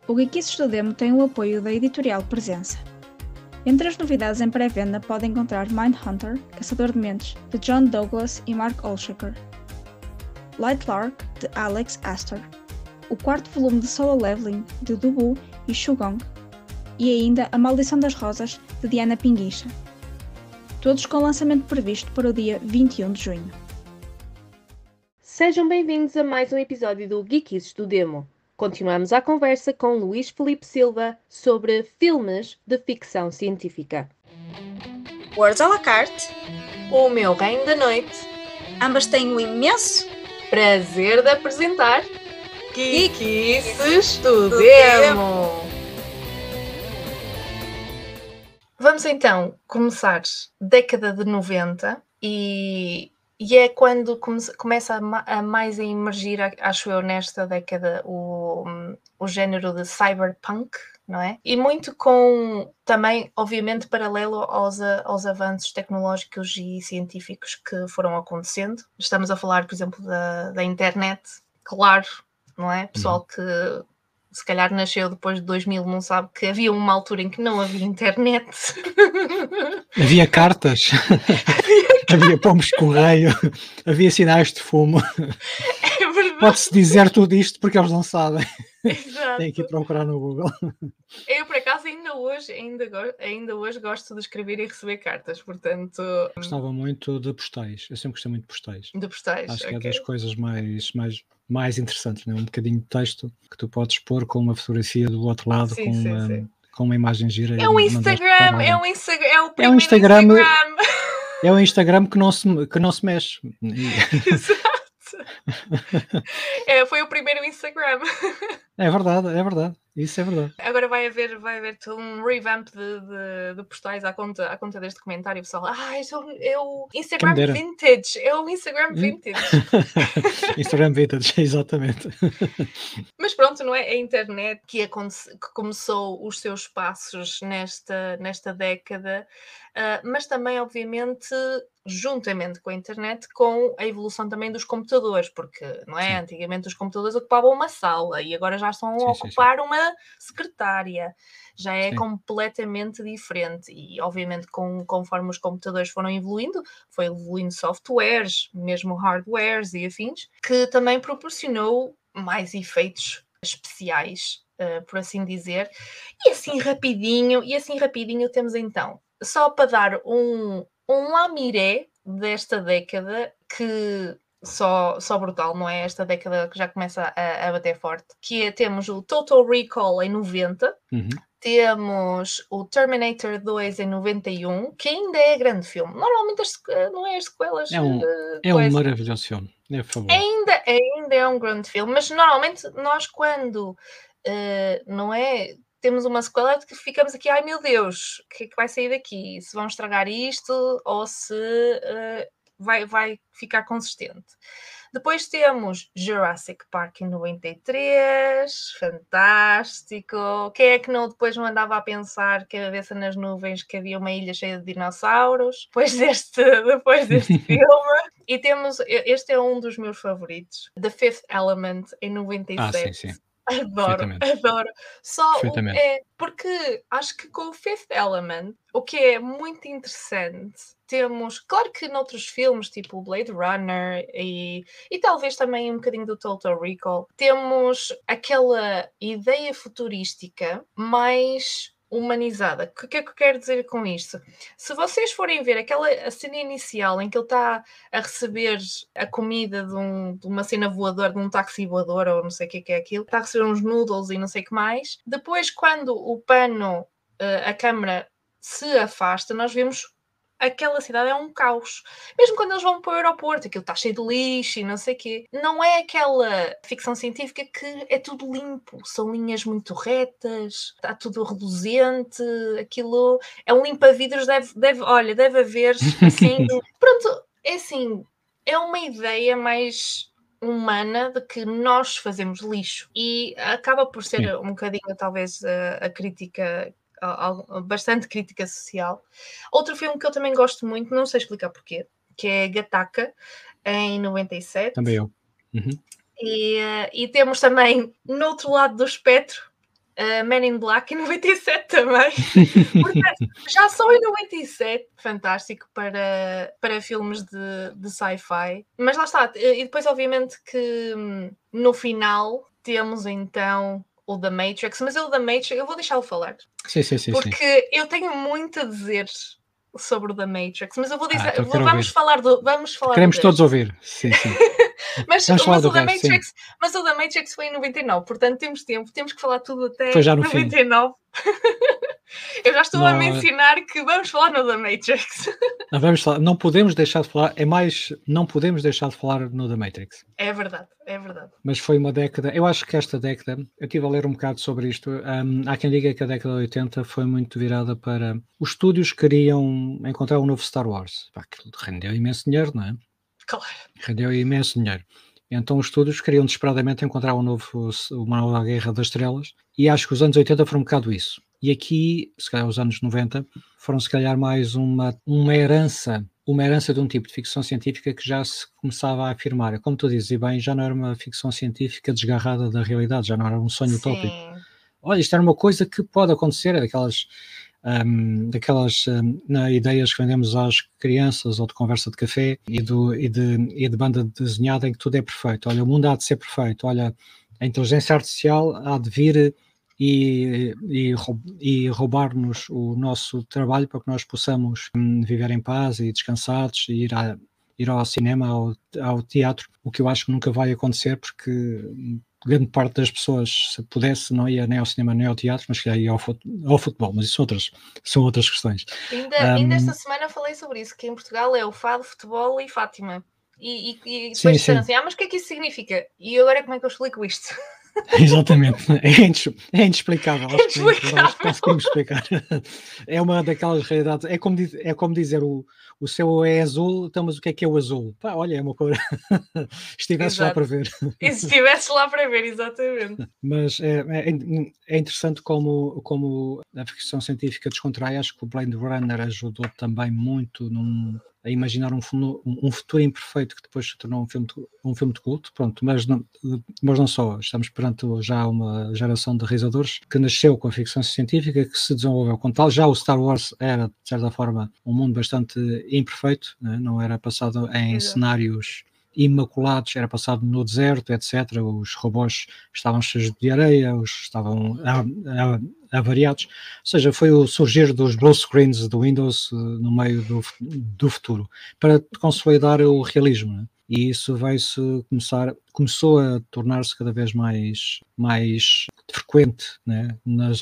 O Geekices do Demo tem o apoio da editorial Presença. Entre as novidades em pré-venda pode encontrar Mindhunter, Caçador de Mentes, de John Douglas e Mark Olshaker, Light Lark, de Alex Astor, o quarto volume de Solo Leveling, de Dubu e Shugong, e ainda A Maldição das Rosas, de Diana Pinguicha. Todos com lançamento previsto para o dia 21 de junho. Sejam bem-vindos a mais um episódio do Geekices do Demo. Continuamos a conversa com Luís Filipe Silva sobre filmes de ficção científica. Words à la carte, O Meu Reino da Noite, ambas têm o imenso prazer de apresentar Geekices do do Demo. Vamos então começar década de 90 e é quando começa a mais a emergir, acho eu, nesta década, o género de cyberpunk, não é? E muito com, também, obviamente, paralelo aos avanços tecnológicos e científicos que foram acontecendo. Estamos a falar, por exemplo, da internet, claro, não é? Pessoal que se calhar nasceu depois de 2000 não sabe que havia uma altura em que não havia internet. Havia cartas, havia pomos de correio, havia sinais de fumo. É verdade. Pode-se dizer tudo isto porque eles não sabem. Exato. Tem que ir procurar no Google. Eu, por acaso, ainda hoje gosto de escrever e receber cartas, portanto... Gostava muito de postais. Eu sempre gostei muito de postais. De postais, Acho que ok. é das coisas mais interessantes, né? Um bocadinho de texto que tu podes pôr com uma fotografia do outro lado, Sim, sim. com uma imagem gira. É um e mandaste para Instagram, alguém. é o primeiro Instagram. Instagram. É um Instagram que não se mexe. Exato. Foi o primeiro Instagram. É verdade. Isso é verdade. Agora vai haver um revamp de postais à conta deste comentário, pessoal. É o Instagram Vintage. É o Instagram Vintage. Instagram Vintage, exatamente. Mas pronto, não é? A internet que começou os seus passos nesta década, mas também, obviamente, juntamente com a internet, com a evolução também dos computadores, porque, não é? Sim. Antigamente os computadores ocupavam uma sala e agora já estão a ocupar uma secretária. Já é completamente diferente e, obviamente, conforme os computadores foram evoluindo, foi evoluindo softwares, mesmo hardwares e afins, que também proporcionou mais efeitos especiais, por assim dizer. E assim rapidinho temos então, só para dar um lamiré desta década, que só brutal, não é? Esta década que já começa a bater forte, que é, temos o Total Recall em 90, temos o Terminator 2 em 91, que ainda é grande filme. Normalmente não é as sequelas. É um maravilhoso filme, é favor. Ainda é um grande filme, mas normalmente nós quando não é, temos uma sequela de que ficamos aqui, ai meu Deus, o que é que vai sair daqui? Se vão estragar isto ou se vai ficar consistente. Depois temos Jurassic Park em 93, fantástico. Quem é que depois não andava a pensar, cabeça nas nuvens, que havia uma ilha cheia de dinossauros? Depois deste filme. E temos, este é um dos meus favoritos, The Fifth Element em 97. Sim. Adoro. Porque acho que com o Fifth Element, o que é muito interessante, temos, claro que noutros filmes, tipo Blade Runner e talvez também um bocadinho do Total Recall, temos aquela ideia futurística mais humanizada. O que é que eu quero dizer com isto? Se vocês forem ver a cena inicial em que ele está a receber a comida de uma cena voadora, de um táxi voador ou não sei o que é aquilo, está a receber uns noodles e não sei o que mais, depois quando o pano, a câmera se afasta, nós vemos aquela cidade é um caos. Mesmo quando eles vão para o aeroporto, aquilo está cheio de lixo e não sei o quê. Não é aquela ficção científica que é tudo limpo. São linhas muito retas, está tudo reluzente. Aquilo é um limpa-vidros, deve haver assim... Pronto, é assim, é uma ideia mais humana de que nós fazemos lixo. E acaba por ser um bocadinho, talvez, a crítica... bastante crítica social. Outro filme que eu também gosto muito, não sei explicar porquê, que é Gattaca, em 97. Também eu. E temos também, no outro lado do espectro, Men in Black em 97 também. Portanto, já só em 97, fantástico para filmes de sci-fi. Mas lá está. E depois, obviamente, que no final temos então o The Matrix. Mas o The Matrix, eu vou deixá-lo falar. Sim. Porque eu tenho muito a dizer sobre o The Matrix. Mas eu vou dizer, então vamos falar Queremos do todos ouvir. Sim. Mas Vamos falar o do The resto, Matrix, mas o The Matrix foi em 99, portanto temos tempo, temos que falar tudo até Foi já no fim. 99. Eu já estou a Não, mencionar que vamos falar no The Matrix. Vamos falar, não podemos deixar de falar, não podemos deixar de falar no The Matrix. É verdade. Mas foi uma década, eu acho que esta década, eu estive a ler um bocado sobre isto, há quem diga que a década de 80 foi muito virada para, os estúdios queriam encontrar um novo Star Wars. Aquilo rendeu imenso dinheiro, não é? Claro. Rendeu imenso dinheiro. Então os estúdios queriam desesperadamente encontrar uma nova Guerra das Estrelas, e acho que os anos 80 foram um bocado isso. E aqui, se calhar os anos 90, foram se calhar mais uma herança de um tipo de ficção científica que já se começava a afirmar. Como tu dizes, e bem, já não era uma ficção científica desgarrada da realidade, já não era um sonho utópico. Olha, isto era uma coisa que pode acontecer, é daquelas ideias que vendemos às crianças, ou de conversa de café e de banda desenhada, em que tudo é perfeito. Olha, o mundo há de ser perfeito. Olha, a inteligência artificial há de vir e roubar-nos o nosso trabalho para que nós possamos viver em paz e descansados e ir ao cinema, ao teatro, o que eu acho que nunca vai acontecer, porque grande parte das pessoas, se pudesse, não ia nem ao cinema nem ao teatro, mas ia ao futebol, mas isso são outras questões. Ainda esta semana falei sobre isso, que em Portugal é o fado, futebol e Fátima. E depois disseram assim, mas o que é que isso significa? E agora como é que eu explico isto? Exatamente, é inexplicável. Acho que nós conseguimos explicar. É uma daquelas realidades, é como dizer o céu é azul, então, mas o que é o azul? Pá, olha, é uma cor. Estivesse lá para ver. E se estivesse lá para ver, exatamente. Mas é interessante como a ficção científica descontrai. Acho que o Blade Runner ajudou também muito a imaginar um futuro imperfeito que depois se tornou um filme de culto, pronto, mas não só, estamos perante já uma geração de realizadores que nasceu com a ficção científica, que se desenvolveu com tal. Já o Star Wars era, de certa forma, um mundo bastante imperfeito, né? Não era passado em cenários imaculados, era passado no deserto, etc. Os robôs estavam cheios de areia, estavam avariados, ou seja, foi o surgir dos blue screens do Windows no meio do futuro, para consolidar o realismo, né? E isso começou a tornar-se cada vez mais frequente, né,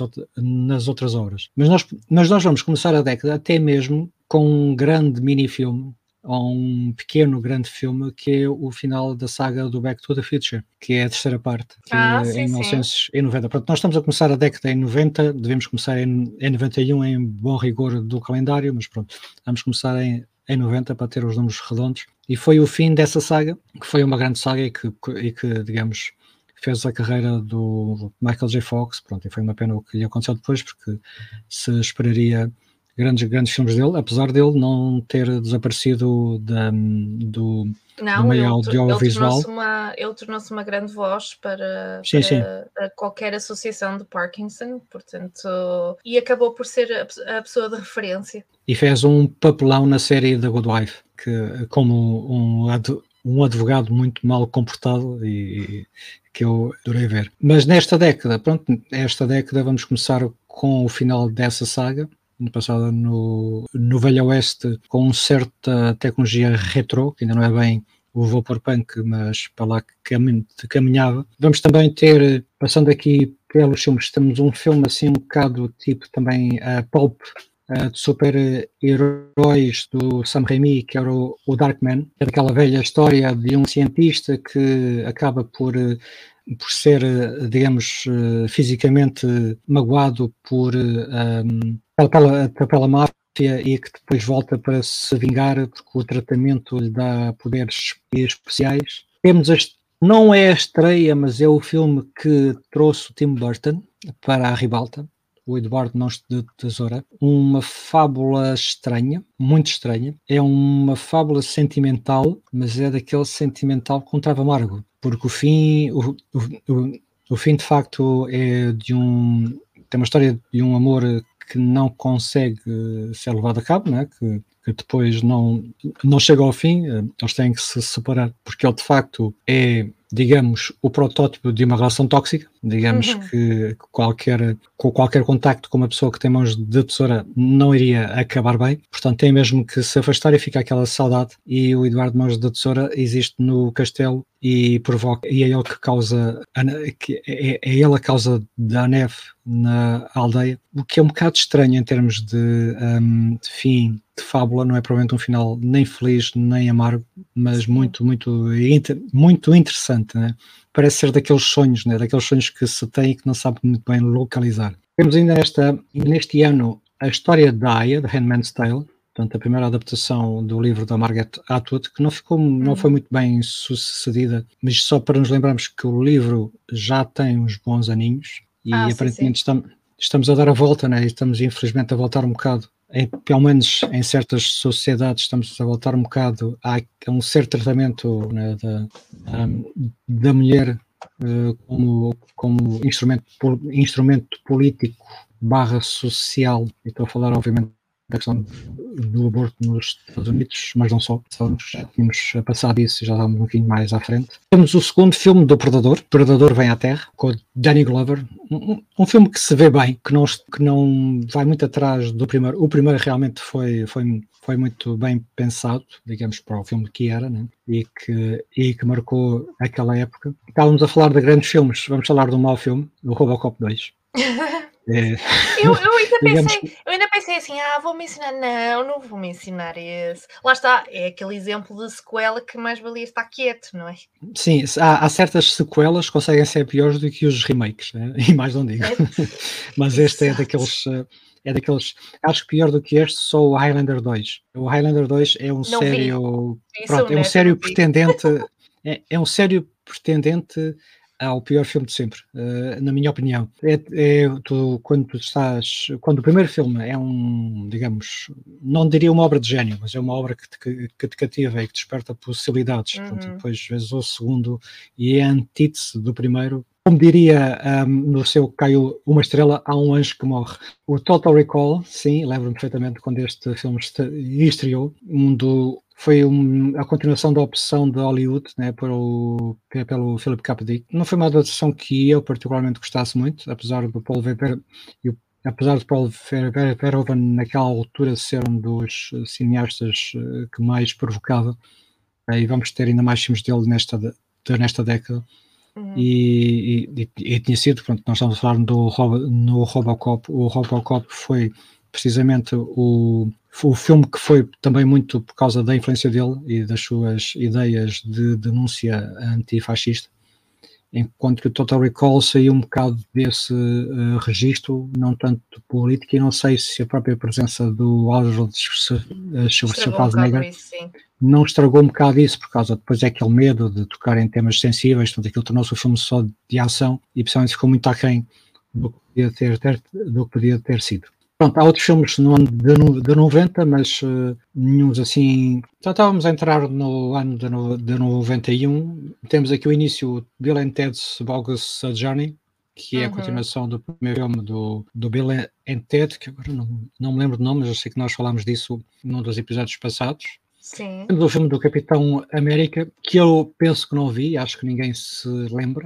nas outras obras. Mas nós vamos começar a década até mesmo com um grande mini-filme, ou um pequeno grande filme, que é o final da saga do Back to the Future, que é a terceira parte, em 1990. Pronto, nós estamos a começar a década em 90, devemos começar em 91 em bom rigor do calendário, mas pronto, vamos começar em 90 para ter os números redondos, e foi o fim dessa saga, que foi uma grande saga e que digamos, fez a carreira do Michael J. Fox, pronto, e foi uma pena o que lhe aconteceu depois, porque se esperaria grandes filmes dele, apesar dele não ter desaparecido do meio audiovisual. Ele tornou-se uma grande voz para qualquer associação de Parkinson, portanto, e acabou por ser a pessoa de referência. E fez um papelão na série The Good Wife, que, como um advogado muito mal comportado, e que eu adorei ver. Mas nesta década, vamos começar com o final dessa saga, passada no Velho Oeste, com certa tecnologia retrô, que ainda não é bem o Vaporpunk, mas para lá que caminhava. Vamos também ter, passando aqui pelos filmes, temos um filme assim um bocado tipo também pulp, de super-heróis do Sam Raimi, que era o Darkman, que é aquela velha história de um cientista que acaba por ser, digamos, fisicamente magoado pela máfia, e que depois volta para se vingar porque o tratamento lhe dá poderes especiais. Não é a estreia, mas é o filme que trouxe o Tim Burton para a ribalta, o Eduardo Mãos de Tesoura. Uma fábula estranha, muito estranha. É uma fábula sentimental, mas é daquele sentimental com travo amargo, porque o O fim, de facto, tem uma história de um amor que não consegue ser levado a cabo, né? Que depois não chega ao fim, eles têm que se separar, porque ele de facto é, digamos, o protótipo de uma relação tóxica, digamos que qualquer contacto com uma pessoa que tem mãos de tesoura não iria acabar bem, portanto tem mesmo que se afastar e fica aquela saudade, e o Eduardo Mãos de Tesoura existe no castelo e é ele que causa, é ele a causa da neve na aldeia, o que é um bocado estranho em termos de fim de fábula, não é provavelmente um final nem feliz nem amargo, mas muito interessante, né? Parece ser daqueles sonhos, né? Daqueles sonhos que se tem e que não sabe muito bem localizar. Temos ainda neste ano a história da Aya, The Handmaid's Tale, portanto a primeira adaptação do livro da Margaret Atwood, que não foi muito bem sucedida, mas só para nos lembrarmos que o livro já tem uns bons aninhos e aparentemente estamos a dar a volta, né? Estamos infelizmente a voltar um bocado, pelo menos em certas sociedades, estamos a voltar um bocado a um certo tratamento, né, da mulher como instrumento político / social. E estou a falar, obviamente, da questão do aborto nos Estados Unidos, mas não só. Já tínhamos passado isso e já estávamos um bocadinho mais à frente. Temos o segundo filme do Predador Vem à Terra, com Danny Glover. Um filme que se vê bem, que não vai muito atrás do primeiro. O primeiro realmente foi muito bem pensado, digamos, para o filme que era, né? e que marcou aquela época. Estávamos a falar de grandes filmes, vamos falar de um mau filme, o Robocop 2. Eu ainda pensei assim, vou mencionar, não vou mencionar esse. Lá está, é aquele exemplo de sequela que mais valia estar quieto, não é? Sim, há certas sequelas que conseguem ser piores do que os remakes, né? E mais não digo. Mas este é daqueles, acho que pior do que este, só o Highlander 2. O Highlander 2 é um sério, é um sério pretendente, é um sério pretendente ao pior filme de sempre, na minha opinião. Quando o primeiro filme é digamos, não diria uma obra de gênio, mas é uma obra que te cativa e que desperta possibilidades. Portanto, depois vezes o segundo e é a antítese do primeiro. Como diria no seu Caiu uma Estrela, há um anjo que morre. O Total Recall, sim, lembro-me perfeitamente quando este filme estreou, foi a continuação da opção de Hollywood, né, pelo Philip K. Dick. Não foi uma adaptação que eu particularmente gostasse muito, apesar de Paul Verhoeven naquela altura ser um dos cineastas que mais provocava, e vamos ter ainda mais filmes dele nesta década. E tinha sido, pronto, nós estamos a falar no Robocop. O Robocop foi precisamente o filme que foi também muito por causa da influência dele e das suas ideias de denúncia antifascista, enquanto que o Total Recall saiu um bocado desse registro, não tanto político, e não sei se a própria presença do Arnold Schwarzenegger não estragou um bocado isso, por causa depois é aquele medo de tocar em temas sensíveis, portanto aquilo tornou-se um filme só de ação e principalmente ficou muito aquém do que podia ter sido. Pronto, há outros filmes no ano de 90, mas nenhum assim. Já estávamos a entrar no ano de 91. Temos aqui o início de Bill and Ted's Bogus Journey, que é a continuação do primeiro filme do Bill and Ted, que agora não me lembro do nome, mas eu sei que nós falámos disso num dos episódios passados. Sim. Temos o filme do Capitão América, que eu penso que não vi, acho que ninguém se lembra.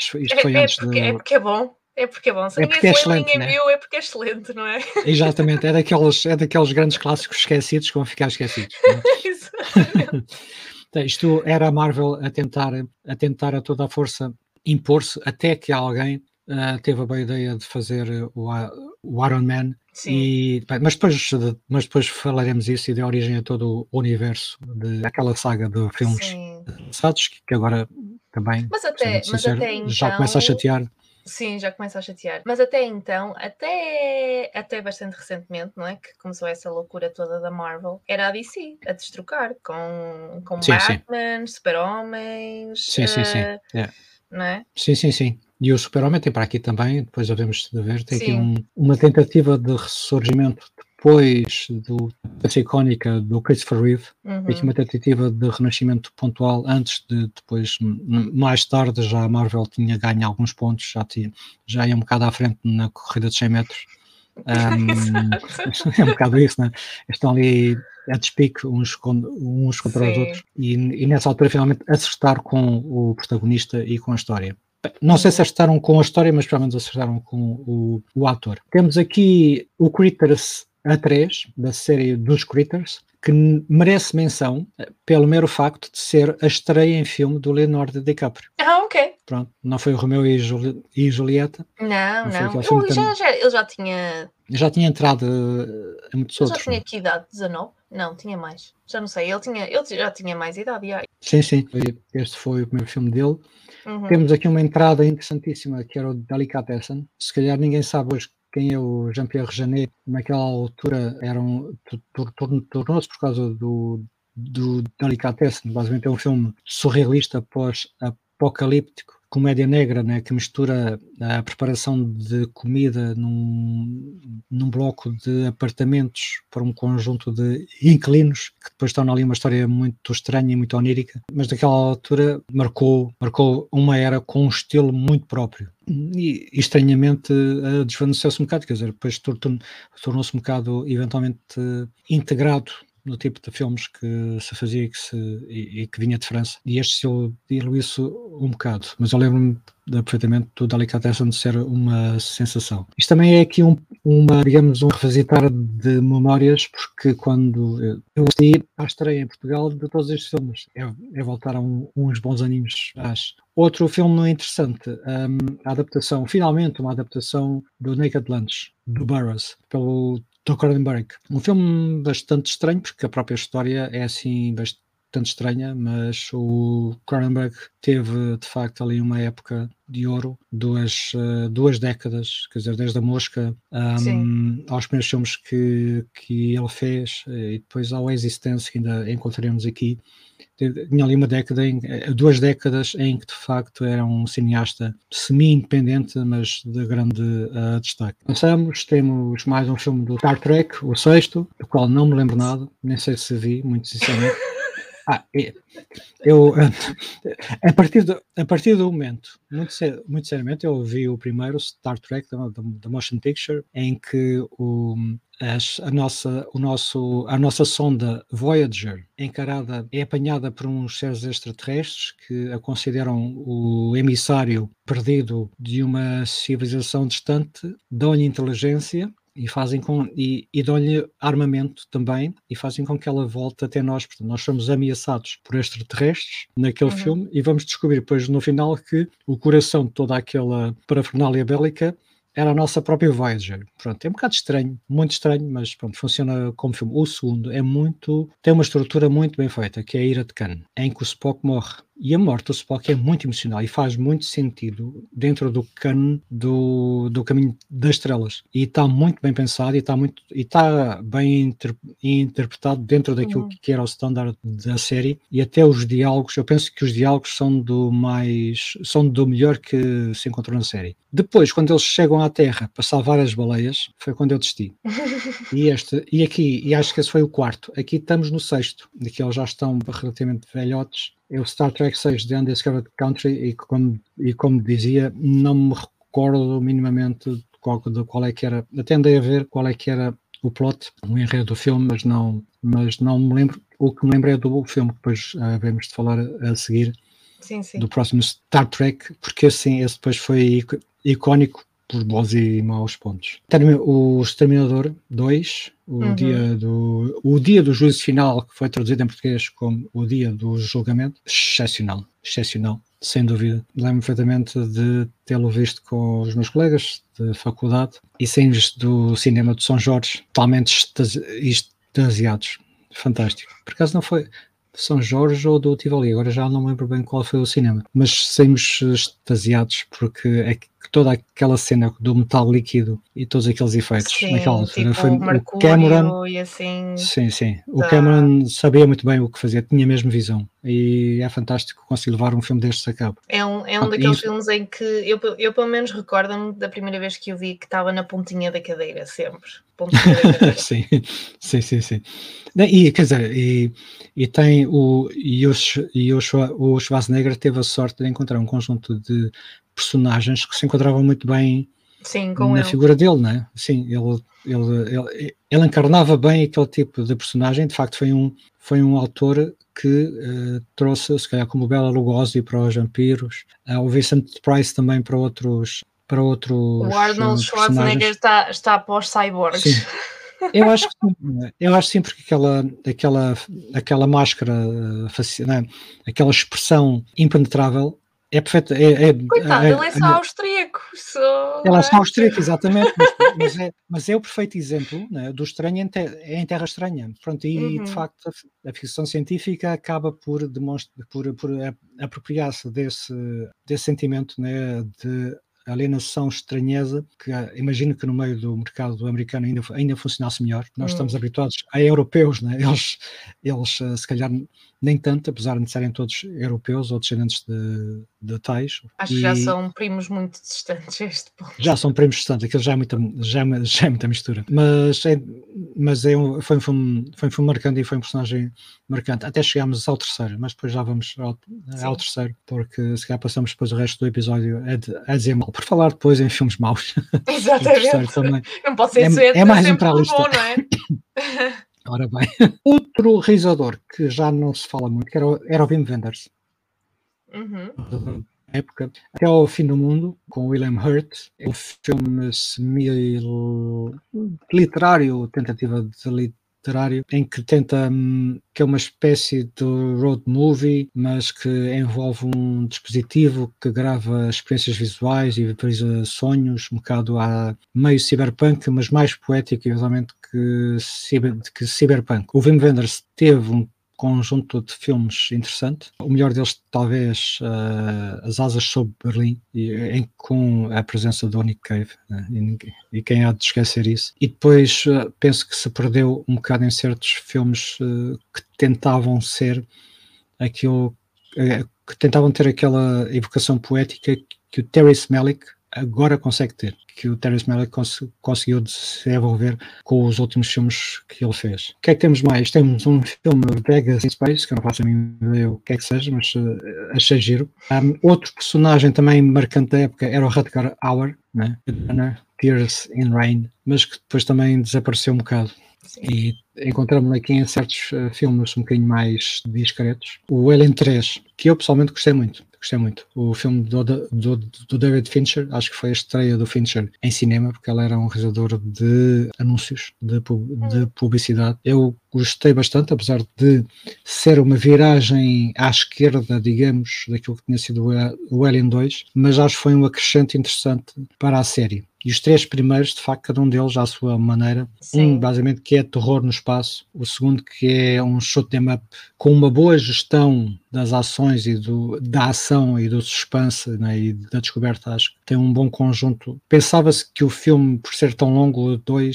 É porque é bom. É porque é bom. Se ninguém se lembra, ninguém viu, é porque é excelente, não é? Exatamente, é daqueles grandes clássicos esquecidos que vão ficar esquecidos. Exatamente. Isto era a Marvel a tentar a toda a força impor-se, até que alguém teve a boa ideia de fazer o Iron Man. Mas depois falaremos isso e deu origem a todo o universo daquela saga de filmes passados, que agora também, até então, já começa a chatear. Sim, já começa a chatear. Mas até então, até bastante recentemente, não é? Que começou essa loucura toda da Marvel, era a DC a destrocar com Batman, Super-Homens. Sim. Não é? Sim. E o Super-Homem tem para aqui também, depois havemos de ver, tem aqui uma tentativa de ressurgimento depois dessa icónica do Christopher Reeve, Uhum. aqui uma tentativa de renascimento pontual antes de depois, mais tarde, já a Marvel tinha ganho alguns pontos, já ia um bocado à frente na corrida de 100 metros. É um bocado isso, né? Estão ali a despique uns contra os outros e nessa altura finalmente acertar com o protagonista e com a história. Não sei se acertaram com a história, mas pelo menos acertaram com o ator. Temos aqui o Critters A3, da série dos Critters, que merece menção pelo mero facto de ser a estreia em filme do Leonardo DiCaprio. Ok. Pronto, não foi o Romeu e Julieta. Não. Ele já tinha entrado a muitos Ele já outros. tinha que idade? 19? Não, tinha mais. Já não sei. Ele já tinha mais idade. Já. Sim. Este foi o primeiro filme dele. Uhum. Temos aqui uma entrada interessantíssima, que era o Delicatessen. Se calhar ninguém sabe hoje quem é o Jean-Pierre Jeunet. Naquela altura tornou-se por causa do Delicatessen. Basicamente é um filme surrealista pós-apocalíptico, comédia negra, né, que mistura a preparação de comida num bloco de apartamentos para um conjunto de inquilinos, que depois torna ali uma história muito estranha e muito onírica, mas naquela altura marcou uma era com um estilo muito próprio. E estranhamente desvaneceu-se um bocado, quer dizer, depois tornou-se um bocado eventualmente integrado no tipo de filmes que se fazia e que vinha de França, e este estilo diluiu-se um bocado, mas eu lembro-me perfeitamente do Delicatessen de ser uma sensação. Isto também é aqui um revisitar de memórias, porque quando eu assisti à estreia em Portugal de todos estes filmes, é voltar a uns bons aninhos atrás. Outro filme interessante, finalmente uma adaptação do Naked Lunch, do Burroughs, pelo do Cronenberg. Um filme bastante estranho, porque a própria história é assim bastante estranha, mas o Cronenberg teve de facto ali uma época de ouro, duas décadas, quer dizer, desde A Mosca aos primeiros filmes que ele fez, e depois ao Existence, que ainda encontraremos aqui. Tinha ali duas décadas em que de facto era um cineasta semi-independente, mas de grande destaque. Temos mais um filme do Star Trek, o sexto, do qual não me lembro nada, nem sei se vi, muito sinceramente. Eu, a partir do momento, muito seriamente, eu vi o primeiro Star Trek da Motion Picture, em que a nossa sonda Voyager é apanhada por uns seres extraterrestres que a consideram o emissário perdido de uma civilização distante, dão-lhe inteligência e dão-lhe armamento também, e fazem com que ela volte até nós. Portanto, nós somos ameaçados por extraterrestres naquele filme, e vamos descobrir depois no final que o coração de toda aquela parafernália bélica era a nossa própria Voyager. Pronto, é um bocado estranho, muito estranho, mas pronto, funciona como filme. O segundo tem uma estrutura muito bem feita, que é a Ira de Khan, em que o Spock morre. E a morte do Spock é muito emocional e faz muito sentido dentro do canon do Caminho das Estrelas. E está muito bem pensado e está bem interpretado dentro daquilo que era o standard da série. E até os diálogos, eu penso que os diálogos são do melhor que se encontrou na série. Depois, quando eles chegam à Terra para salvar as baleias, foi quando eu desisti. E acho que esse foi o quarto. Aqui estamos no sexto, de que eles já estão relativamente velhotes. É o Star Trek 6 The Undiscovered Country, e como dizia, não me recordo minimamente de qual é que era, até andei a ver qual é que era o plot, o enredo do filme, mas não me lembro. O que me lembro é do filme, que depois havemos de falar a seguir, sim. Do próximo Star Trek, porque assim, esse depois foi icónico por bons e maus pontos. O Exterminador 2, o dia do juízo final, que foi traduzido em português como o dia do julgamento, excepcional, sem dúvida. Lembro-me perfeitamente de tê-lo visto com os meus colegas de faculdade e saímos do cinema de São Jorge totalmente extasiados. Fantástico. Por acaso não foi São Jorge ou do Tivoli, agora já não me lembro bem qual foi o cinema, mas saímos extasiados porque toda aquela cena do metal líquido e todos aqueles efeitos naquela altura. Tipo Foi o mercúrio Cameron. e assim. Sim. O Tá. Cameron sabia muito bem o que fazia, tinha a mesma visão. E é fantástico conseguir levar um filme destes a cabo. É um daqueles filmes em que eu pelo menos recordo-me da primeira vez que o vi que estava na pontinha da cadeira, sempre. Pontinha da cadeira. sim. E, quer dizer, e tem o Schwarzenegger teve a sorte de encontrar um conjunto de personagens que se enquadravam muito bem Sim, com na ele. figura dele, não é? Sim, ele encarnava bem aquele tipo de personagem. De facto, foi um autor que trouxe, se calhar, como o Bela Lugosi para os vampiros, o Vincent Price também para outros O Arnold Schwarzenegger está para os cyborgs. Sim. Eu acho que sim, porque aquela máscara facial, aquela expressão impenetrável é perfeita. Coitado, ele é só austríaco. Ela é só austríaco, exatamente, mas é o perfeito exemplo, né, do estranho em terra estranha. Pronto, e de facto a ficção científica acaba por apropriar-se desse sentimento, né, de alienação, estranheza, que imagino que no meio do mercado americano ainda funcionasse melhor. Nós estamos habituados a europeus, né? Eles se calhar nem tanto, apesar de serem todos europeus ou descendentes de tais. Acho que já são primos muito distantes a este ponto. Já são primos distantes, aquilo já é muita mistura. Mas foi um filme marcante e foi um personagem marcante. Até chegámos ao terceiro, mas depois já vamos ao terceiro, porque se calhar passamos depois o resto do episódio a dizer mal. Por falar depois em filmes maus. Exatamente. Também. Não pode ser É mais um para a bom, lista. não é? Ora bem. Outro realizador que já não se fala muito, que era o Wim Wenders. Época, Até ao Fim do Mundo, com William Hurt, é um filme semi-literário, tentativa de literário, em que tenta, que é uma espécie de road movie, mas que envolve um dispositivo que grava experiências visuais e visualiza sonhos, um bocado meio cyberpunk, mas mais poético, eventualmente, que cyberpunk. O Wim Wenders teve um conjunto de filmes interessante. O melhor deles, talvez, As Asas sobre Berlim, com a presença do Nick Cave, né? E quem há de esquecer isso. E depois penso que se perdeu um bocado em certos filmes que tentavam ser aquilo, que tentavam ter aquela evocação poética que o Terrence Malick agora consegue ter, que o Terrence Malick conseguiu desenvolver com os últimos filmes que ele fez. O que é que temos mais? Temos um filme Vegas in Space, que eu não faço a mim ideia o que é que seja, mas achei giro. Outro personagem também marcante da época era o Rutger Hauer, né? Tears in Rain, mas que depois também desapareceu um bocado. Sim. E encontramos-lo aqui em certos filmes um bocadinho mais discretos. O Alien 3, que eu pessoalmente gostei muito. O filme do David Fincher, acho que foi a estreia do Fincher em cinema, porque ele era um realizador de anúncios, de publicidade. Eu gostei bastante, apesar de ser uma viragem à esquerda, digamos, daquilo que tinha sido o Alien 2, mas acho que foi um acrescente interessante para a série. E os três primeiros, de facto, cada um deles à sua maneira. Sim. Um, basicamente, que é terror no espaço. O segundo, que é um shoot 'em up com uma boa gestão das ações e da ação e do suspense, né, e da descoberta. Acho que tem um bom conjunto. Pensava-se que o filme, por ser tão longo,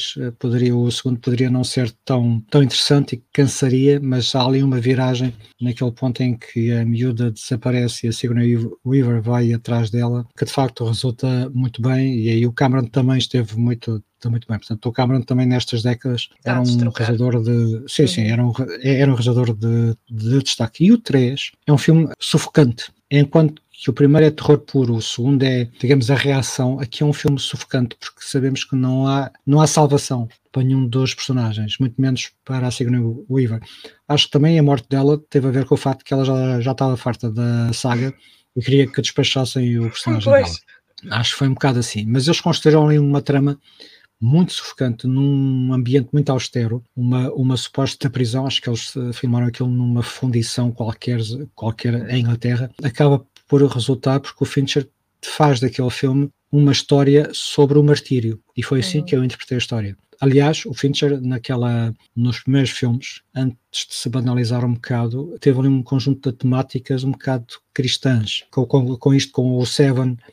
o segundo poderia não ser tão interessante e cansaria, mas há ali uma viragem naquele ponto em que a miúda desaparece e a Sigourney Weaver vai atrás dela, que de facto resulta muito bem, e aí o Cameron também esteve muito bem. Portanto, o Cameron também nestas décadas era um realizador de... Sim, era um realizador de destaque. E o 3 é um filme sufocante. Enquanto que o primeiro é terror puro, o segundo é, digamos, a reação. Aqui é um filme sufocante, porque sabemos que não há salvação para nenhum dos personagens, muito menos para a Sigourney Weaver. Acho que também a morte dela teve a ver com o facto que ela já estava farta da saga e queria que despachassem o personagem dela. Acho que foi um bocado assim. Mas eles construíram ali uma trama muito sufocante, num ambiente muito austero, uma suposta prisão. Acho que eles filmaram aquilo numa fundição qualquer em Inglaterra. Acaba por resultar, porque o Fincher faz daquele filme uma história sobre o martírio, e foi assim que eu interpretei a história. Aliás, o Fincher, nos primeiros filmes, antes de se banalizar um bocado, teve ali um conjunto de temáticas um bocado cristãs, com o Seven,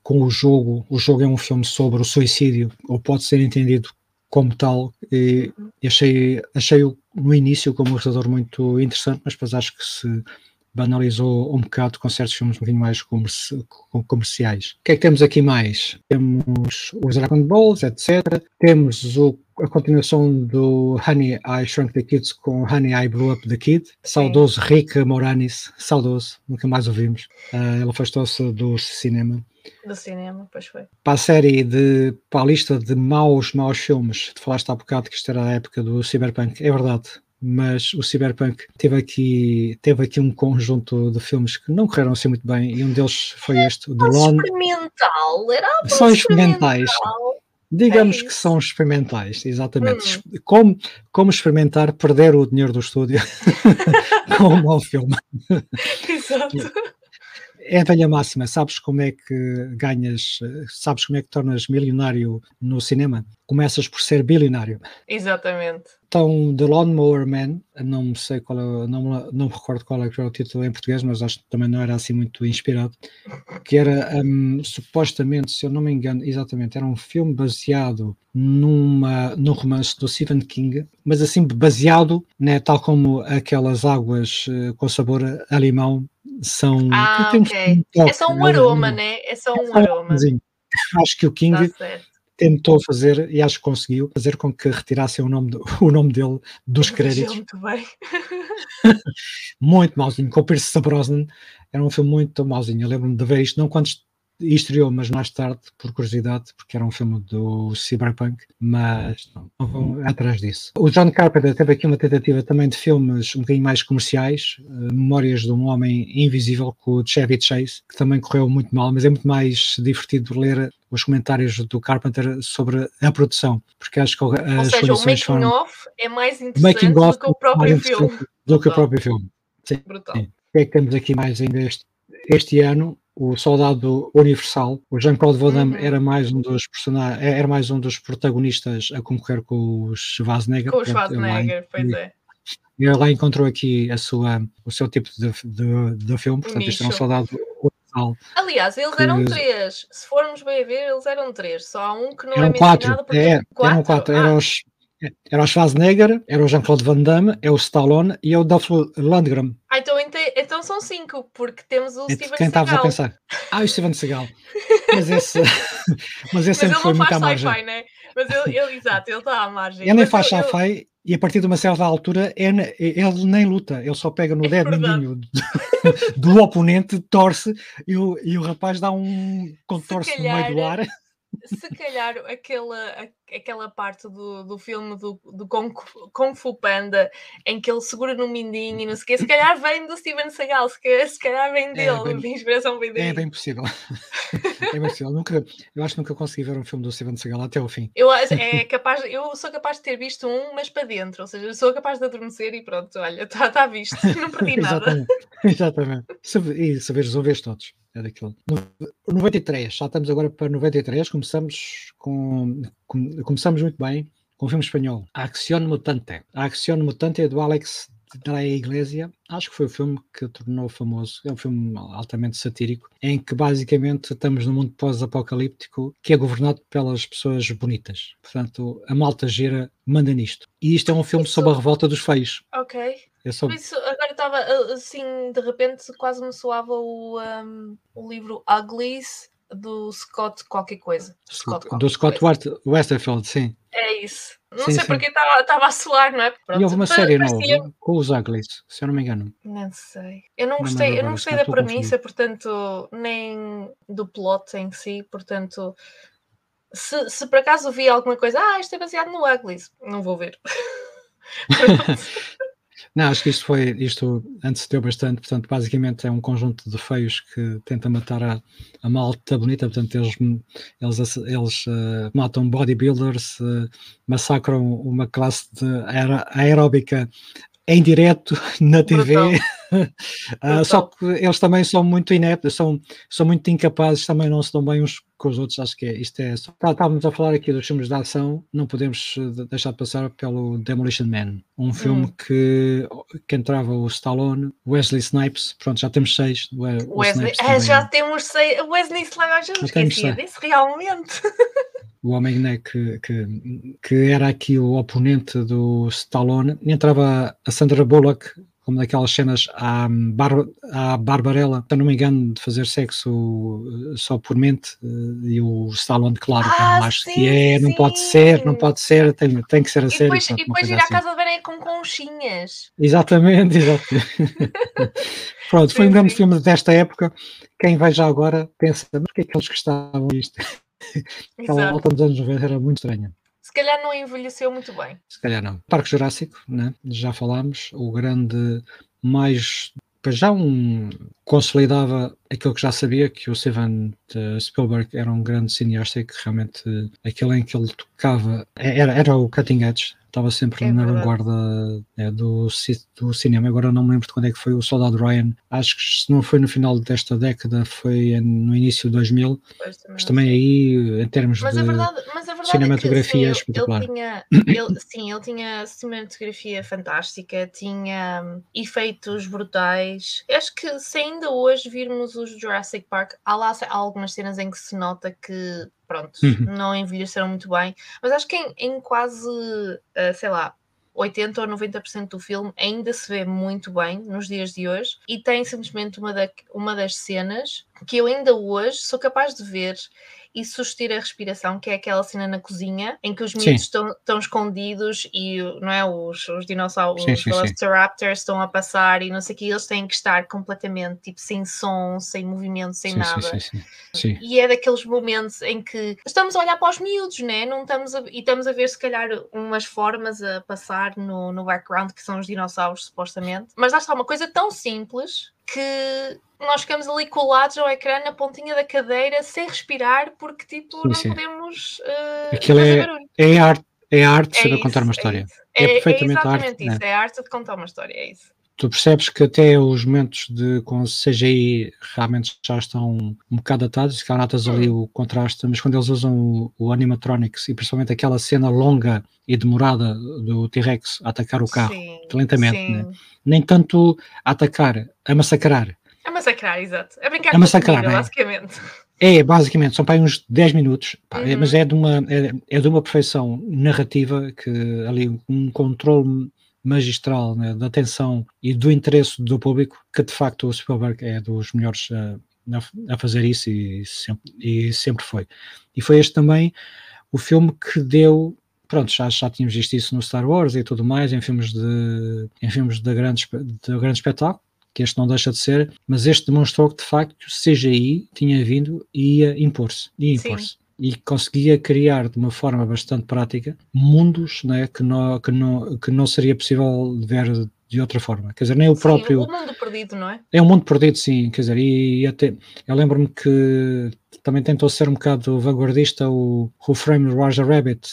com o jogo. O jogo é um filme sobre o suicídio, ou pode ser entendido como tal, e achei-o no início como um realizador muito interessante, mas depois acho que se banalizou um bocado com certos filmes um bocadinho mais comerciais. O que é que temos aqui mais? Temos os Dragon Balls, etc. Temos a continuação do Honey, I Shrunk the Kids com Honey, I Blew Up the Kid. Saudoso Rick Moranis, saudoso, nunca mais ouvimos. Ele afastou-se do cinema. Do cinema, pois foi. Para a lista de maus filmes, tu falaste há bocado que isto era a época do Cyberpunk, é verdade, mas o Cyberpunk teve aqui um conjunto de filmes que não correram assim muito bem, e um deles foi este, o The Lone. São experimentais. Digamos que são experimentais, exatamente. Como experimentar perder o dinheiro do estúdio com um mau filme. Exato. É a velha máxima, sabes como é que tornas milionário no cinema? Começas por ser bilionário. Exatamente. Então, The Lawnmower Man, não me recordo qual era o título em português, mas acho que também não era assim muito inspirado, que era, supostamente, se eu não me engano, exatamente, era um filme baseado num romance do Stephen King, mas assim, baseado, né, tal como aquelas águas com sabor a limão, são... ok. É só um aroma, né? É só um aroma. Acho que o King tentou fazer, e acho que conseguiu, fazer com que retirassem o nome dele dos créditos. Muito bem. Muito mauzinho. Com o Pierce Brosnan, era um filme muito mauzinho. Eu lembro-me de ver isto, não quando estreou, mas mais tarde, por curiosidade, porque era um filme do Cyberpunk, mas não vão atrás disso. O John Carpenter teve aqui uma tentativa também de filmes um bocadinho mais comerciais, Memórias de um Homem Invisível, com o Chevy Chase, que também correu muito mal, mas é muito mais divertido ler os comentários do Carpenter sobre a produção, porque acho que as condições foram... o making-of é mais interessante do que o próprio filme. Do que o próprio filme. Sim. Brutal. Sim. O que é que temos aqui mais ainda este ano? O Soldado Universal. O Jean-Claude Van Damme era mais um dos protagonistas a concorrer com o Schwarzenegger. Com o Schwarzenegger, pois é. Ele lá encontrou aqui o seu tipo de filme, portanto isto era um Soldado Universal. Aliás, eles eram 3. Se formos bem a ver, eles eram 3. Só há um que não é quatro. mencionado. Eram 4. Era o Schwarzenegger, era o Jean-Claude Van Damme, é o Stallone e é o Dolph Lundgren. Então são 5, porque temos o Steven Seagal. Quem estavas a pensar? O Steven Seagal. Mas esse sempre foi muito à margem. Mas ele não faz sci-fi, né? Mas ele está à margem. Ele nem faz sci-fi e a partir de uma certa altura ele nem luta, ele só pega no dedo mindinho do oponente, torce e o rapaz dá um contorce no meio do ar. Se calhar aquela parte do filme do Kung Fu Panda em que ele segura no mindinho e não sei o quê, se calhar vem do Steven Seagal, se calhar vem dele, de inspiração vem dele. É bem possível. É bem possível. Eu acho que nunca consegui ver um filme do Steven Seagal até ao fim. Eu sou capaz de ter visto mas para dentro, ou seja, eu sou capaz de adormecer e pronto, olha, está visto, não perdi nada. Exatamente. E saberes ouvir todos. É daquilo. 93, já estamos agora para 93, começamos muito bem com um filme espanhol, Acción Mutante. A Acción Mutante é do Alex de la Iglesia, acho que foi o filme que tornou famoso, é um filme altamente satírico, em que basicamente estamos num mundo pós-apocalíptico que é governado pelas pessoas bonitas, portanto a malta gira manda nisto. E isto é um filme sobre a revolta dos feios. Ok. Por isso, agora estava assim, de repente quase me soava o livro Uglies do Scott qualquer coisa. Do Scott Westerfeld, sim. É isso. Não sei porque estava a soar, não é? Pronto. E houve uma série nova com os Uglies, se eu não me engano. Não sei. Eu não gostei da premissa, portanto, nem do plot em si, portanto, se por acaso vi alguma coisa, isto é baseado no Uglies, não vou ver. Não, acho que isto antecedeu bastante, portanto, basicamente é um conjunto de feios que tenta matar a malta bonita, portanto, eles matam bodybuilders, massacram uma classe de aeróbica em direto na TV. Só que eles também são muito ineptos, são muito incapazes, também não se dão bem uns com os outros, acho que isto é só. Estávamos a falar aqui dos filmes de ação, não podemos deixar de passar pelo Demolition Man, um filme que entrava o Stallone, Wesley Snipes, pronto, já temos 6. Wesley, já temos 6. Wesley Snipes, já me esquecia disso, realmente. O homem, né, que era aqui o oponente do Stallone, entrava a Sandra Bullock, como daquelas cenas à Barbarella, se não me engano, de fazer sexo só por mente, e o Stallone, claro, acho que não pode ser, tem que ser a sério. E depois ir à casa de banho com conchinhas. Exatamente. Pronto, foi um grande filme desta época. Quem veja agora pensa, mas o que é que eles gostavam disto? Aquela volta dos anos 90 era muito estranha. Se calhar não envelheceu muito bem. Se calhar não. Parque Jurássico, né? Já falámos, o grande mais... Já consolidava aquilo que já sabia, que o Steven Spielberg era um grande cineasta e que realmente aquilo em que ele tocava era o cutting edge, estava sempre na vanguarda do cinema. Agora não me lembro de quando é que foi o Soldado Ryan, acho que se não foi no final desta década, foi no início de 2000, mas também aí em termos de cinematografia é espetacular. Ele tinha cinematografia fantástica, tinha efeitos brutais. Acho que se ainda hoje virmos os Jurassic Park, há algumas cenas em que se nota que não envelheceram muito bem, mas acho que em quase, sei lá, 80 ou 90% do filme ainda se vê muito bem nos dias de hoje, e tem simplesmente uma das cenas que eu ainda hoje sou capaz de ver e suster a respiração, que é aquela cena na cozinha em que os miúdos estão escondidos e não é, os dinossauros, os Velociraptors estão a passar e não sei o que, eles têm que estar completamente tipo sem som, sem movimento, sem nada. Sim. E é daqueles momentos em que estamos a olhar para os miúdos, né? Estamos a ver se calhar umas formas a passar no background, que são os dinossauros supostamente, mas lá está uma coisa tão simples que nós ficamos ali colados ao ecrã na pontinha da cadeira sem respirar porque tipo não podemos aquilo fazer barulho. É a arte de saber contar uma história. É perfeitamente exatamente isso, é a arte de contar uma história, é isso. Tu percebes que até os momentos com CGI realmente já estão um bocado datados, que notas ali o contraste, mas quando eles usam o animatronics e principalmente aquela cena longa e demorada do T-Rex a atacar o carro, lentamente, né? Nem tanto a atacar, a massacrar. A massacrar, exato. A brincar com a comida, basicamente. Basicamente, são para aí uns 10 minutos, mas é de uma perfeição narrativa, que ali um controle magistral, né, da atenção e do interesse do público, que de facto o Spielberg é dos melhores a fazer isso e sempre foi. E foi este também o filme que deu, pronto, já tínhamos visto isso no Star Wars e tudo mais, em filmes de grande espetáculo, que este não deixa de ser, mas este demonstrou que de facto o CGI tinha vindo e ia impor-se. E conseguia criar de uma forma bastante prática mundos, né, que não seria possível de ver de outra forma. Quer dizer, nem o próprio... o mundo perdido, não é? É um mundo perdido, sim. Quer dizer, e até... Eu lembro-me que também tentou ser um bocado vanguardista o Who Framed Roger Rabbit,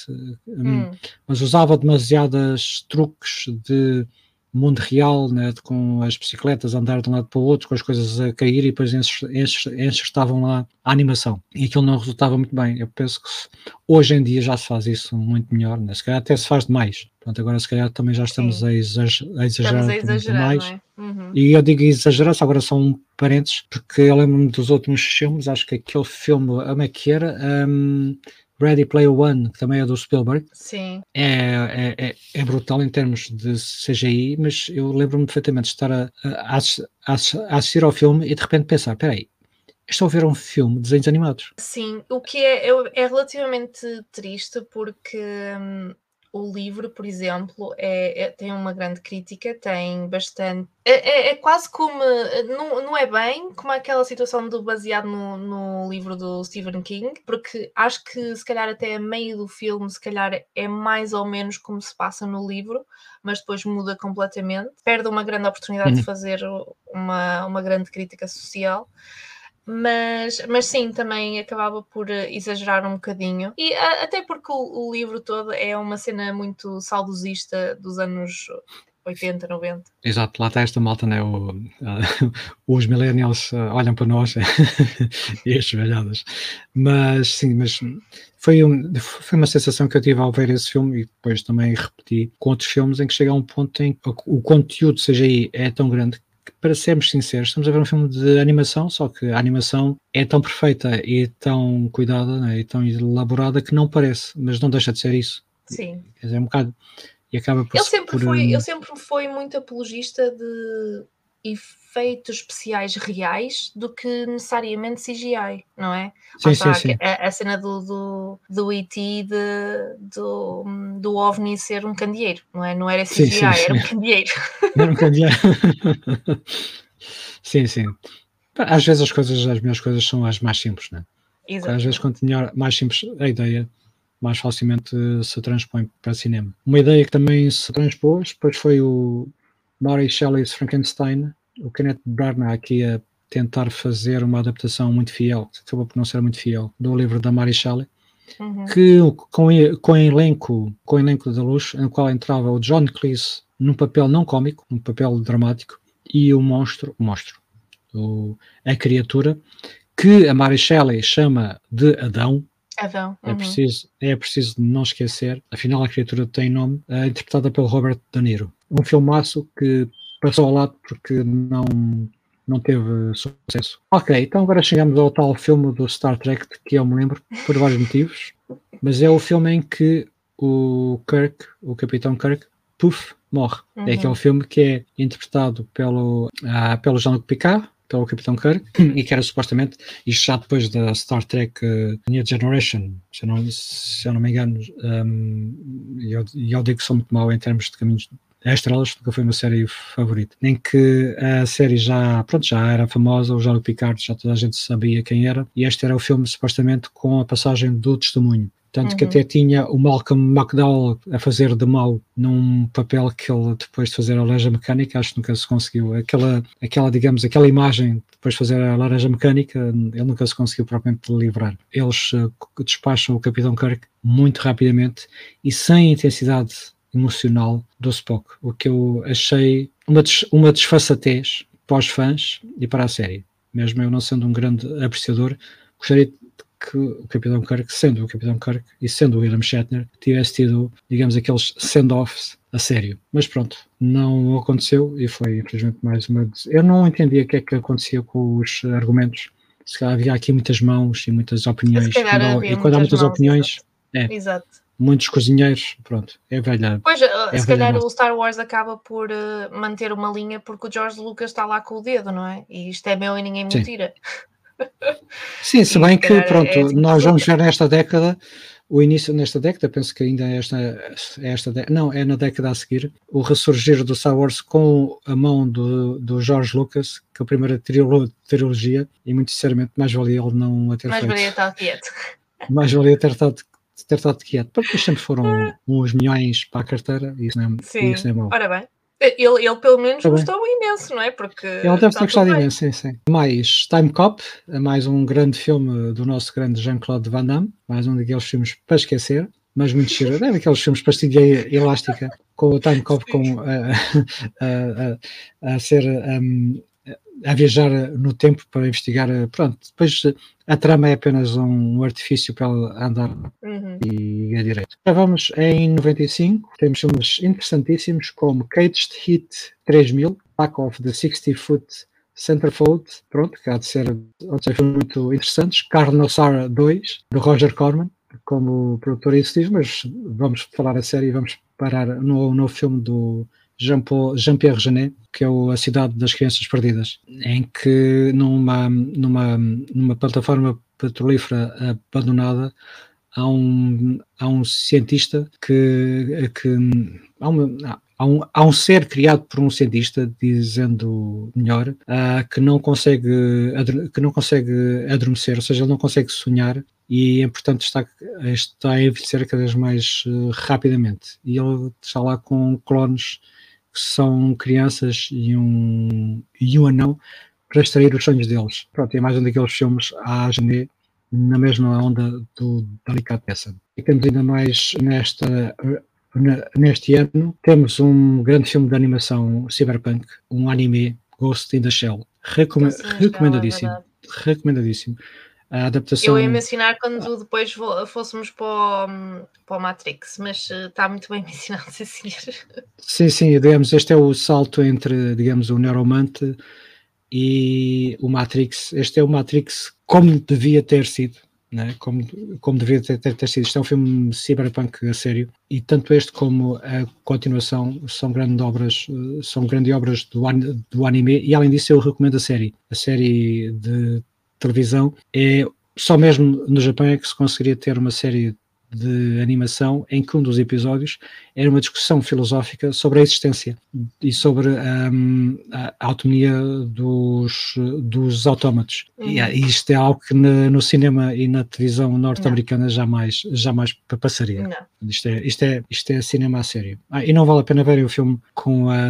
mas usava demasiados truques de mundo real, né, com as bicicletas a andar de um lado para o outro, com as coisas a cair, e depois enxertavam lá a animação, e aquilo não resultava muito bem. Eu penso que hoje em dia já se faz isso muito melhor, né? Se calhar até se faz demais. Portanto, agora se calhar também já estamos a exagerar demais. Não é? E eu digo exagerar, agora são um parênteses, porque eu lembro-me dos últimos filmes, acho que aquele filme, como é que era? Ready Player One, que também é do Spielberg. Sim. É brutal em termos de CGI, mas eu lembro-me perfeitamente de estar a assistir ao filme e de repente pensar, espera aí, estou a ver um filme de desenhos animados. Sim, o que é relativamente triste, porque o livro, por exemplo, tem uma grande crítica, tem bastante... É quase como... Não é bem como aquela situação do baseado no livro do Stephen King, porque acho que se calhar até a meio do filme, se calhar é mais ou menos como se passa no livro, mas depois muda completamente. Perde uma grande oportunidade de fazer uma grande crítica social. Mas sim, também acabava por exagerar um bocadinho, e até porque o livro todo é uma cena muito saudosista dos anos 80, 90. Exato, lá está esta malta, né? Os millennials olham para nós e as velhadas. Mas sim, foi uma sensação que eu tive ao ver esse filme, e depois também repeti com outros filmes, em que chega a um ponto em que o conteúdo CGI é tão grande que, para sermos sinceros, estamos a ver um filme de animação, só que a animação é tão perfeita e tão cuidada, né, e tão elaborada que não parece, mas não deixa de ser isso. Sim. Quer dizer, é um bocado... E acaba por, ele sempre foi muito apologista de efeitos especiais reais do que necessariamente CGI, não é? Sim. A cena do E.T. do OVNI ser um candeeiro, não é? Não era CGI, sim. era um candeeiro. Era um candeeiro. Sim. Às vezes as melhores coisas são as mais simples, né? Às vezes, quanto mais simples a ideia, mais facilmente se transpõe para cinema. Uma ideia que também se transpôs, depois foi o Mary Shelley's Frankenstein, o Kenneth Branagh aqui a tentar fazer uma adaptação muito fiel, acabou por não ser muito fiel, do livro da Mary Shelley, que com elenco de luxo, no qual entrava o John Cleese num papel não cómico, num papel dramático, e o monstro, a criatura, que a Mary Shelley chama de Adão. É preciso não esquecer, afinal a criatura tem nome, interpretada pelo Robert De Niro. Um filmaço que passou ao lado porque não teve sucesso. Ok, então agora chegamos ao tal filme do Star Trek que eu me lembro por vários motivos, mas é o filme em que o Capitão Kirk, morre. É aquele filme que é interpretado pelo Jean-Luc Picard, pelo Capitão Kirk, e que era supostamente, isto já depois da Star Trek New Generation, se eu não me engano, eu digo que sou muito mau em termos de caminhos estrelas, nunca foi uma série favorita, em que a série já era famosa, o Jean-Luc Picard já toda a gente sabia quem era, e este era o filme supostamente com a passagem do testemunho. Tanto que até tinha o Malcolm McDowell a fazer de mau num papel que ele, depois de fazer a Laranja Mecânica, acho que nunca se conseguiu. Aquela imagem, depois de fazer a Laranja Mecânica, ele nunca se conseguiu propriamente livrar. Eles despacham o Capitão Kirk muito rapidamente e sem intensidade emocional do Spock, o que eu achei uma desfaçatez para os fãs e para a série. Mesmo eu não sendo um grande apreciador, gostaria que o Capitão Kirk, sendo o Capitão Kirk e sendo o William Shatner, tivesse tido, digamos, aqueles send-offs a sério. Mas pronto, não aconteceu e foi, infelizmente, mais uma... Eu não entendia o que é que acontecia com os argumentos. Se calhar havia aqui muitas mãos e muitas opiniões. Quando há muitas opiniões, exato. Muitos cozinheiros, pronto, é velha. Pois, se calhar o Star Wars acaba por manter uma linha porque o George Lucas está lá com o dedo, não é? E isto é meu e ninguém me tira. Sim, se bem que, pronto, assim nós vamos ver nesta década, o início nesta década, penso que ainda é esta década, não, é na década a seguir, o ressurgir do Star Wars com a mão do George Lucas, que a primeira trilogia, e muito sinceramente mais valia ele não a ter feito. Mais valia estar quieto. Mais valia ter estado quieto, porque sempre foram uns milhões para a carteira, e isso não é mau. Ora bem. Ele pelo menos gostou imenso, não é? Porque ele deve ter gostado imenso, sim. Mais Time Cop, mais um grande filme do nosso grande Jean-Claude Van Damme, mais um daqueles filmes para esquecer, mas muito giro. É daqueles filmes pastilha elástica, com o Time Cop a viajar no tempo para investigar. Pronto, depois a trama é apenas um artifício para andar e a direito. Já vamos em 95, temos filmes interessantíssimos como Caged Heat 3000, Back of the 60-Foot Centerfold, pronto, que há de ser outros filmes muito interessantes, Carnosaur 2, do Roger Corman, como produtor executivo, mas vamos falar a sério e vamos parar no filme do Jean-Pierre Jeunet, que é A Cidade das Crianças Perdidas, em que numa plataforma petrolífera abandonada há um cientista há um ser criado por um cientista, dizendo melhor, que não consegue adormecer, ou seja, ele não consegue sonhar e, portanto, está a envelhecer cada vez mais rapidamente. E ele está lá com clones que são crianças e um anão para extrair os sonhos deles. Pronto, é mais um daqueles filmes à Genet, na mesma onda do Delicatessen. E temos ainda mais nesta neste ano, temos um grande filme de animação cyberpunk, um anime, Ghost in the Shell. Recomendadíssimo. verdade. Recomendadíssimo. A Eu adaptação. ia mencionar quando depois fôssemos para o Matrix, mas está muito bem mencionado, sim, senhor. Sim, digamos, este é o salto entre, digamos, o Neuromante e o Matrix. Este é o Matrix como devia ter sido, né? Como devia ter sido. Isto é um filme cyberpunk a sério, e tanto este como a continuação são grandes obras do anime, e além disso eu recomendo a série. A série de televisão é só mesmo no Japão é que se conseguiria ter uma série de animação em que um dos episódios era uma discussão filosófica sobre a existência e sobre a autonomia dos autómatos. E isto é algo que no cinema e na televisão norte-americana jamais passaria. Não. Isto é cinema a sério. E não vale a pena verem o filme com a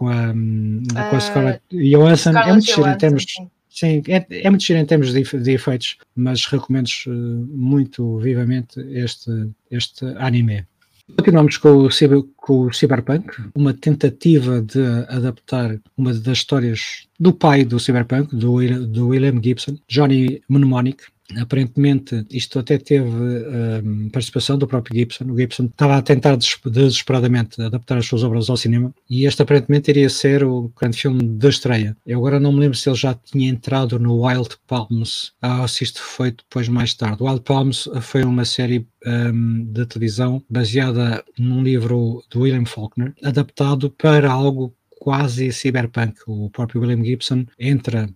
Scarlett Johansson. É muito giro em termos... Sim, é muito giro em termos de efeitos, mas recomendo muito vivamente este anime. Continuamos com o Cyberpunk, uma tentativa de adaptar uma das histórias do pai do Cyberpunk, do William Gibson, Johnny Mnemonic. Aparentemente isto até teve participação do próprio Gibson. O Gibson estava a tentar desesperadamente adaptar as suas obras ao cinema, e este aparentemente iria ser o grande filme da estreia. Eu agora não me lembro se ele já tinha entrado no Wild Palms, se isto foi depois mais tarde. Wild Palms foi uma série de televisão baseada num livro de William Faulkner, adaptado para algo quase cyberpunk. O próprio William Gibson entra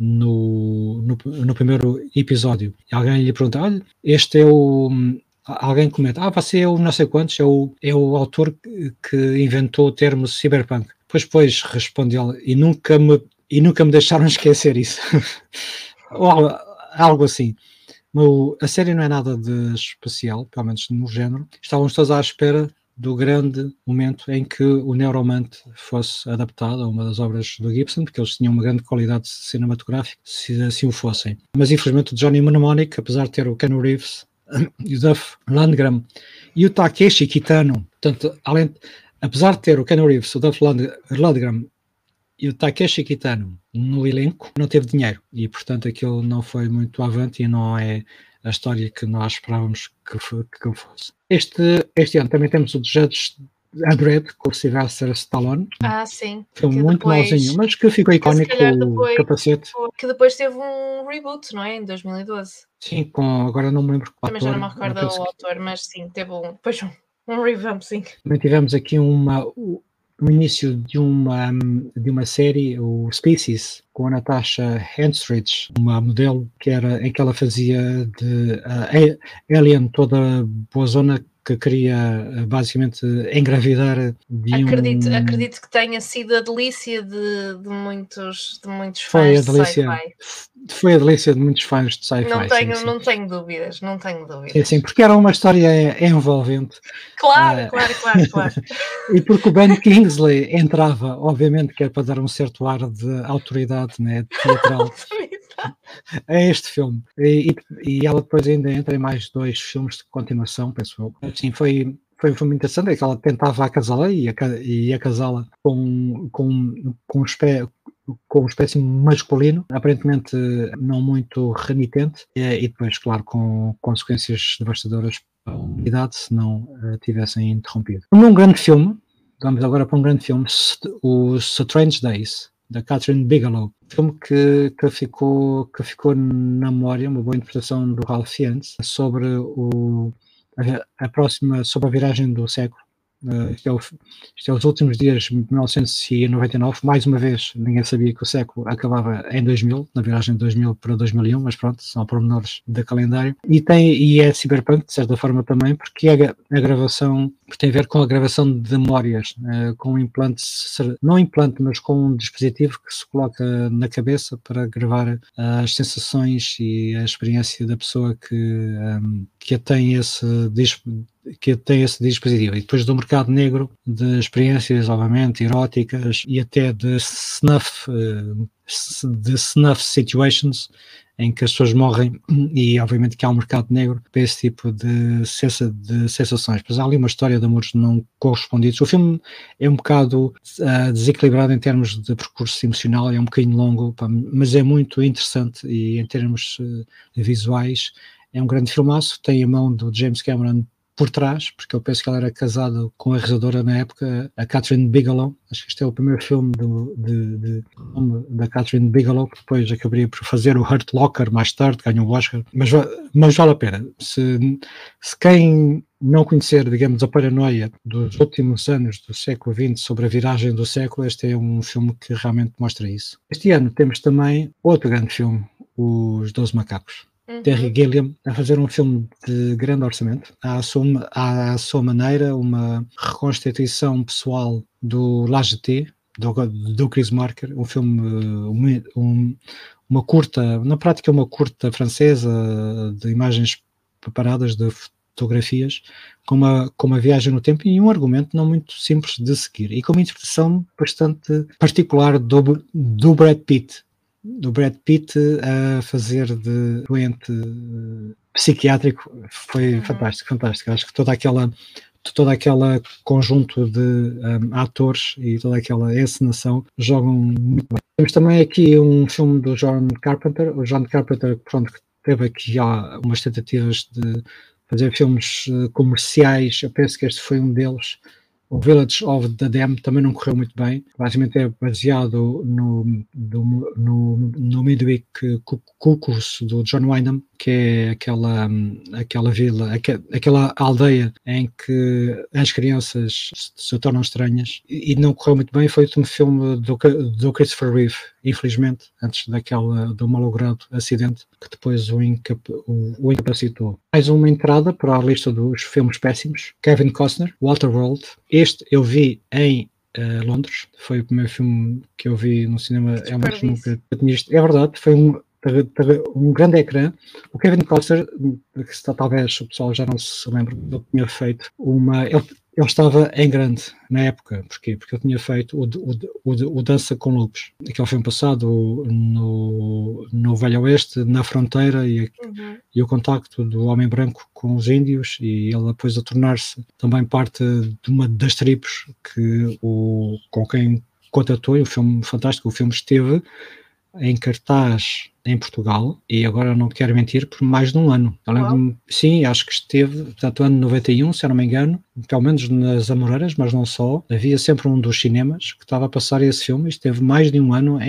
no primeiro episódio e alguém lhe pergunta, olha, este é o... Alguém comenta, você é o não sei quantos, é o autor que inventou o termo cyberpunk. Pois, responde ele, e nunca me deixaram esquecer isso. Ou algo assim. A série não é nada de especial, pelo menos no género. Estávamos todos à espera do grande momento em que o Neuromante fosse adaptado a uma das obras do Gibson, porque eles tinham uma grande qualidade cinematográfica, se assim o fossem. Mas infelizmente o Johnny Mnemonic, apesar de ter o Keanu Reeves, o Duff Landgren e o Takeshi Kitano, portanto, apesar de ter o Keanu Reeves, o Duff Landgren e o Takeshi Kitano no elenco, não teve dinheiro, e portanto aquilo não foi muito avante e não é a história que nós esperávamos que fosse. Este ano também temos o Judge Dredd com o Sylvester Stallone. Sim. Foi muito mauzinho, mas que ficou icónico o capacete. Que depois teve um reboot, não é? Em 2012. Sim, agora não me lembro qual também autor. Já não me recordo o autor, mas sim, teve um revamp, sim. Também tivemos aqui o início de uma série, o Species, com a Natasha Henstridge, uma modelo em que ela fazia de alien toda boazona que queria basicamente engravidar de acredito que tenha sido a delícia de muitos fãs de sci-fi. Foi a delícia de muitos fãs de sci-fi. Não tenho dúvidas. Sim, porque era uma história envolvente. Claro. E porque o Ben Kingsley entrava, obviamente que era para dar um certo ar de autoridade, né, teatral. É este filme. E ela depois ainda entra em mais 2 filmes de continuação, penso eu. Assim, foi um filme interessante, é que ela tentava acasá-la e acasá-la com um espécie masculino, aparentemente não muito renitente, e depois, claro, com consequências devastadoras para a humanidade se não tivessem interrompido. Num grande filme, vamos agora para um grande filme, o Strange Days, da Catherine Bigelow, filme que ficou na memória, uma boa interpretação do Ralph Fiennes sobre sobre a viragem do século. Isto é os últimos dias de 1999, mais uma vez ninguém sabia que o século acabava em 2000, na viragem de 2000 para 2001, mas pronto, são pormenores de calendário, e é cyberpunk de certa forma também, porque a gravação tem a ver com a gravação de memórias, com um implante, não implante, mas com um dispositivo que se coloca na cabeça para gravar as sensações e a experiência da pessoa que tem esse que tem esse dispositivo. E depois do mercado negro, de experiências, obviamente, eróticas e até de snuff situations, em que as pessoas morrem, e obviamente que há um mercado negro para esse tipo de sensações. Mas há ali uma história de amores não correspondidos. O filme é um bocado desequilibrado em termos de percurso emocional, é um bocadinho longo, mas é muito interessante, e em termos visuais é um grande filmaço. Tem a mão do James Cameron por trás, porque eu penso que ela era casada com a realizadora na época, a Catherine Bigelow. Acho que este é o primeiro filme da Catherine Bigelow, que depois acabaria por fazer o Hurt Locker mais tarde, ganhou o Oscar, mas vale a pena. Se quem não conhecer, digamos, a paranoia dos últimos anos do século XX sobre a viragem do século, este é um filme que realmente mostra isso. Este ano temos também outro grande filme, Os 12 Macacos. Terry Gilliam a fazer um filme de grande orçamento, à sua maneira, uma reconstituição pessoal do L'Agité, do Chris Marker, um filme, uma curta, na prática uma curta francesa de imagens preparadas, de fotografias, com uma viagem no tempo e um argumento não muito simples de seguir, e com uma interpretação bastante particular do Brad Pitt. Do Brad Pitt a fazer de doente psiquiátrico foi fantástico. Acho que todo aquele conjunto de atores e toda aquela encenação jogam muito bem. Temos também aqui um filme do John Carpenter. O John Carpenter, pronto, que teve aqui já umas tentativas de fazer filmes comerciais. Eu penso que este foi um deles. O Village of the Damned também não correu muito bem. Basicamente é baseado no Midweek Caucus do John Wyndham, que é aquela vila, aquela aldeia em que as crianças se tornam estranhas, e não correu muito bem. Foi o último filme do Christopher Reeve, infelizmente, antes do malogrado acidente que depois o incapacitou. Mais uma entrada para a lista dos filmes péssimos: Kevin Costner, Waterworld. Este eu vi em Londres, foi o primeiro filme que eu vi no cinema. É um filme que eu tinha visto. É verdade, foi um grande ecrã. O Kevin Costner, que talvez o pessoal já não se lembre, ele tinha feito ele estava em grande na época. Porquê? Porque ele tinha feito o Dança com Lobos, aquele filme passado no Velho Oeste, na fronteira, e o contacto do homem branco com os índios, e ele depois a tornar-se também parte de uma das tribos com quem contatou. E o filme fantástico. O filme esteve em cartaz em Portugal, e agora não quero mentir, por mais de um ano. Eu lembro-me, sim, acho que esteve, portanto, ano 91, se eu não me engano, pelo menos nas Amoreiras, mas não só. Havia sempre um dos cinemas que estava a passar esse filme, e esteve mais de um ano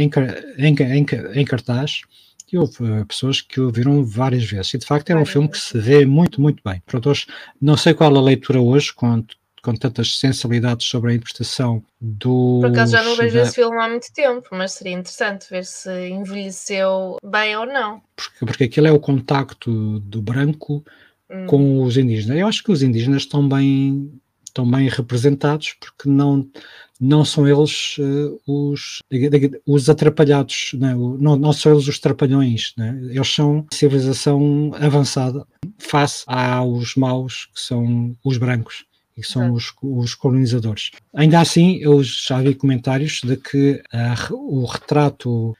em cartaz, e houve pessoas que o viram várias vezes. E, de facto, era um filme que se vê muito, muito bem. Pronto, hoje, não sei qual a leitura hoje, com tantas sensibilidades sobre a interpretação do... Por acaso já não vejo esse filme há muito tempo, mas seria interessante ver se envelheceu bem ou não. Porque aquilo é o contacto do branco com os indígenas. Eu acho que os indígenas estão bem representados, porque não são eles os atrapalhados, não são eles os trapalhões, né? Eles são civilização avançada face aos maus, que são os brancos, e que são os colonizadores. Ainda assim, eu já vi comentários de que o retrato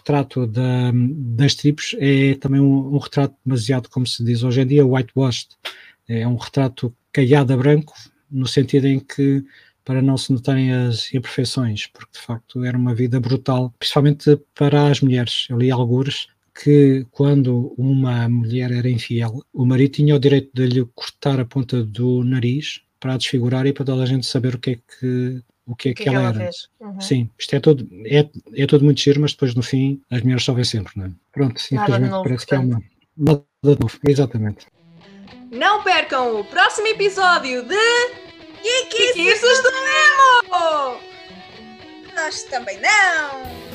das tribos é também um retrato demasiado, como se diz hoje em dia, whitewashed. É um retrato caiado a branco, no sentido em que, para não se notarem as imperfeições, porque de facto era uma vida brutal, principalmente para as mulheres. Eu li algures que, quando uma mulher era infiel, o marido tinha o direito de lhe cortar a ponta do nariz para a desfigurar e para toda a gente saber o que é que ela era. Sim, isto é tudo muito giro, mas depois no fim as mulheres sofrem sempre, não é? Pronto, infelizmente parece que é nada de novo, exatamente. Não percam o próximo episódio de Geekices do Emo! Nós também não!